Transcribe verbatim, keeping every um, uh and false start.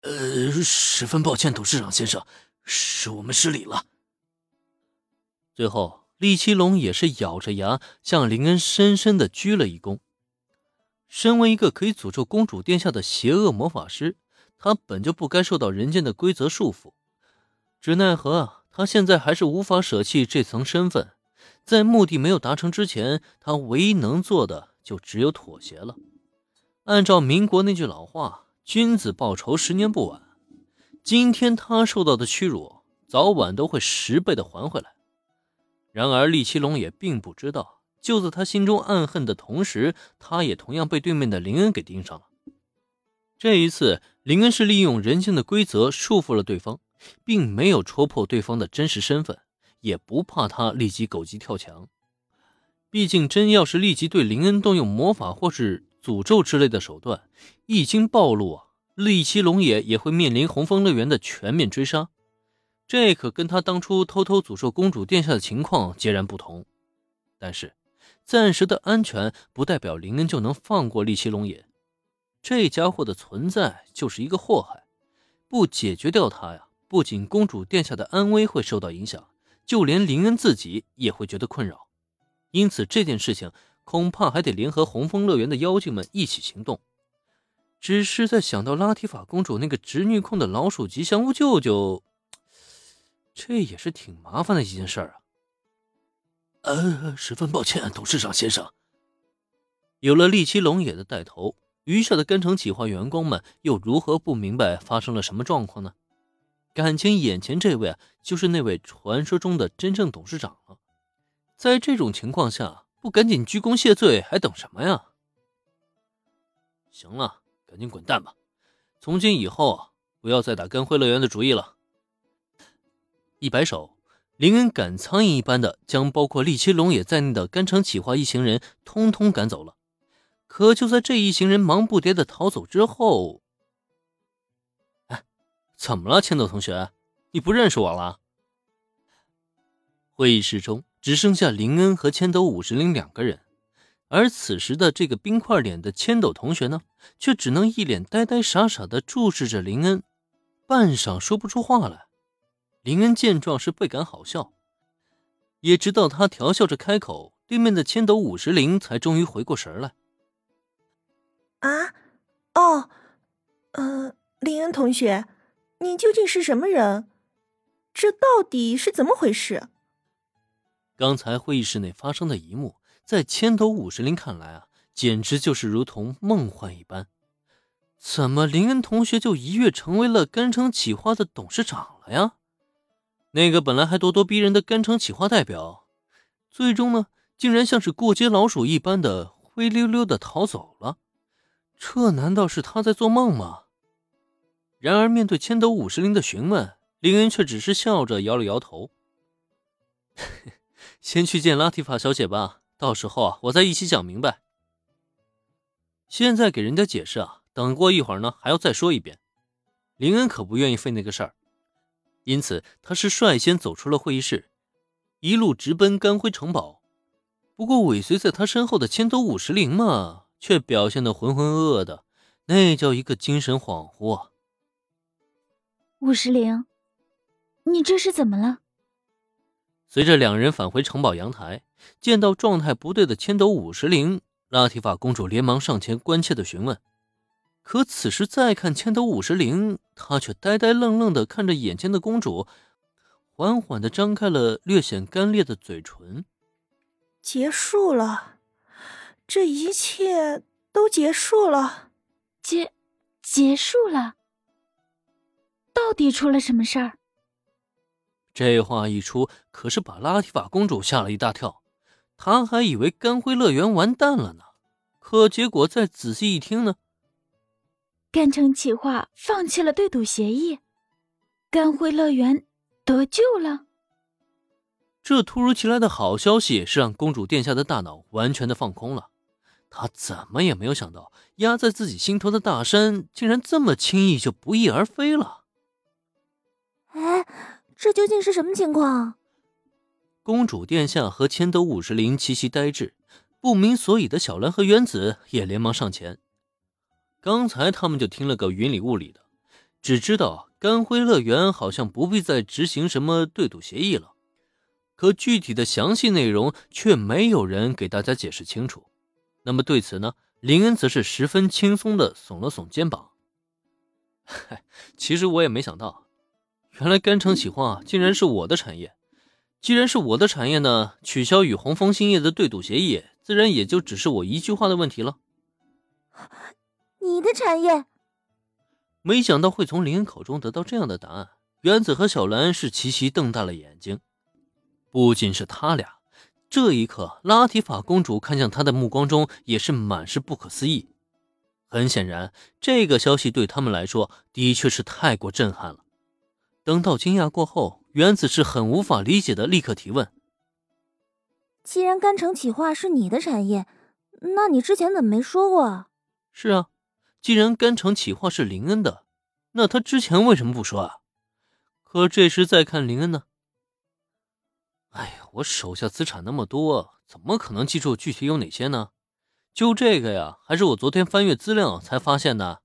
呃，十分抱歉，董事长先生，是我们失礼了。 最后，厉七龙也是咬着牙向林恩深深地鞠了一躬。身为一个可以诅咒公主殿下的邪恶魔法师，他本就不该受到人间的规则束缚，只奈何啊，他现在还是无法舍弃这层身份。在目的没有达成之前，他唯一能做的就只有妥协了。按照民国那句老话，君子报仇，十年不晚。今天他受到的屈辱，早晚都会十倍的还回来。然而厉七龙也并不知道，就在他心中暗恨的同时，他也同样被对面的林恩给盯上了。这一次，林恩是利用人性的规则束缚了对方，并没有戳破对方的真实身份，也不怕他立即狗急跳墙。毕竟真要是立即对林恩动用魔法或是诅咒之类的手段，一经暴露啊，厉七龙也也会面临红枫乐园的全面追杀。这可跟他当初偷偷诅咒公主殿下的情况截然不同。但是暂时的安全不代表林恩就能放过厉七龙也，这家伙的存在就是一个祸害，不解决掉他呀，不仅公主殿下的安危会受到影响，就连林恩自己也会觉得困扰。因此这件事情恐怕还得联合红枫乐园的妖精们一起行动。只是在想到拉提法公主那个侄女控的老鼠吉祥物舅舅，这也是挺麻烦的一件事啊。 呃，十分抱歉，董事长先生。 有了厉七龙野的带头，余下的甘城企划员工们又如何不明白发生了什么状况呢？感情眼前这位啊，就是那位传说中的真正董事长了。在这种情况下，不赶紧鞠躬谢罪，还等什么呀？行了，赶紧滚蛋吧！从今以后啊，不要再打跟辉乐园的主意了。一摆手，林恩赶苍蝇一般的将包括厉七龙也在内的甘城企划一行人通通赶走了。可就在这一行人忙不迭的逃走之后，哎，怎么了，千斗同学？你不认识我了？会议室中只剩下林恩和千斗五十铃两个人，而此时的这个冰块脸的千斗同学呢，却只能一脸呆呆傻傻的注视着林恩，半晌说不出话来。林恩见状是倍感好笑，也直到他调笑着开口，对面的千斗五十铃才终于回过神来。 啊，哦，呃，林恩同学，你究竟是什么人？这到底是怎么回事？ 刚才会议室内发生的一幕，在千斗五十铃看来啊，简直就是如同梦幻一般。怎么林恩同学就一跃成为了甘城企划的董事长了呀？那个本来还咄咄逼人的甘城企划代表，最终呢，竟然像是过街老鼠一般的灰溜溜的逃走了。这难道是他在做梦吗？然而面对千斗五十铃的询问，林恩却只是笑着摇了摇头。先去见拉提法小姐吧，到时候啊，我再一起讲明白。现在给人家解释啊，等过一会儿呢，还要再说一遍。林恩可不愿意费那个事儿，因此他是率先走出了会议室，一路直奔甘辉城堡。不过尾随在他身后的千斗五十铃嘛，却表现得浑浑噩噩的，那叫一个精神恍惚啊。 五十铃，你这是怎么了？ 随着两人返回城堡阳台，见到状态不对的千斗五十铃，拉提法公主连忙上前关切地询问。可此时再看千斗五十铃，她却呆呆愣愣地看着眼前的公主，缓缓地张开了略显干裂的嘴唇。 结束了，这一切都结束了。 结结束了？到底出了什么事儿？ 这话一出，可是把拉提法公主吓了一大跳。她还以为甘辉乐园完蛋了呢，可结果再仔细一听呢， 甘城企划放弃了对赌协议，甘辉乐园得救了。 这突如其来的好消息是让公主殿下的大脑完全的放空了。她怎么也没有想到，压在自己心头的大山竟然这么轻易就不翼而飞了。 哎，这究竟是什么情况？ 公主殿下和千斗五十铃齐齐呆滞，不明所以的小兰和原子也连忙上前。刚才他们就听了个云里雾里的， 只知道甘辉乐园好像不必再执行什么对赌协议了，可具体的详细内容却没有人给大家解释清楚。那么对此呢，林恩则是十分轻松地耸了耸肩膀。其实我也没想到，原来甘城企划竟然是我的产业。既然是我的产业呢，取消与红枫兴业的对赌协议，自然也就只是我一句话的问题了。 你的产业？ 没想到会从林恩口中得到这样的答案，原子和小兰是齐齐瞪大了眼睛。不仅是他俩，这一刻拉提法公主看向他的目光中也是满是不可思议。很显然，这个消息对他们来说的确是太过震撼了。等到惊讶过后，原子是很无法理解的立刻提问： 既然甘城企划是你的产业，那你之前怎么没说过啊？ 是啊，既然甘城企划是林恩的，那他之前为什么不说啊？可这时再看林恩呢？哎呀，我手下资产那么多，怎么可能记住具体有哪些呢？就这个呀，还是我昨天翻阅资料才发现的。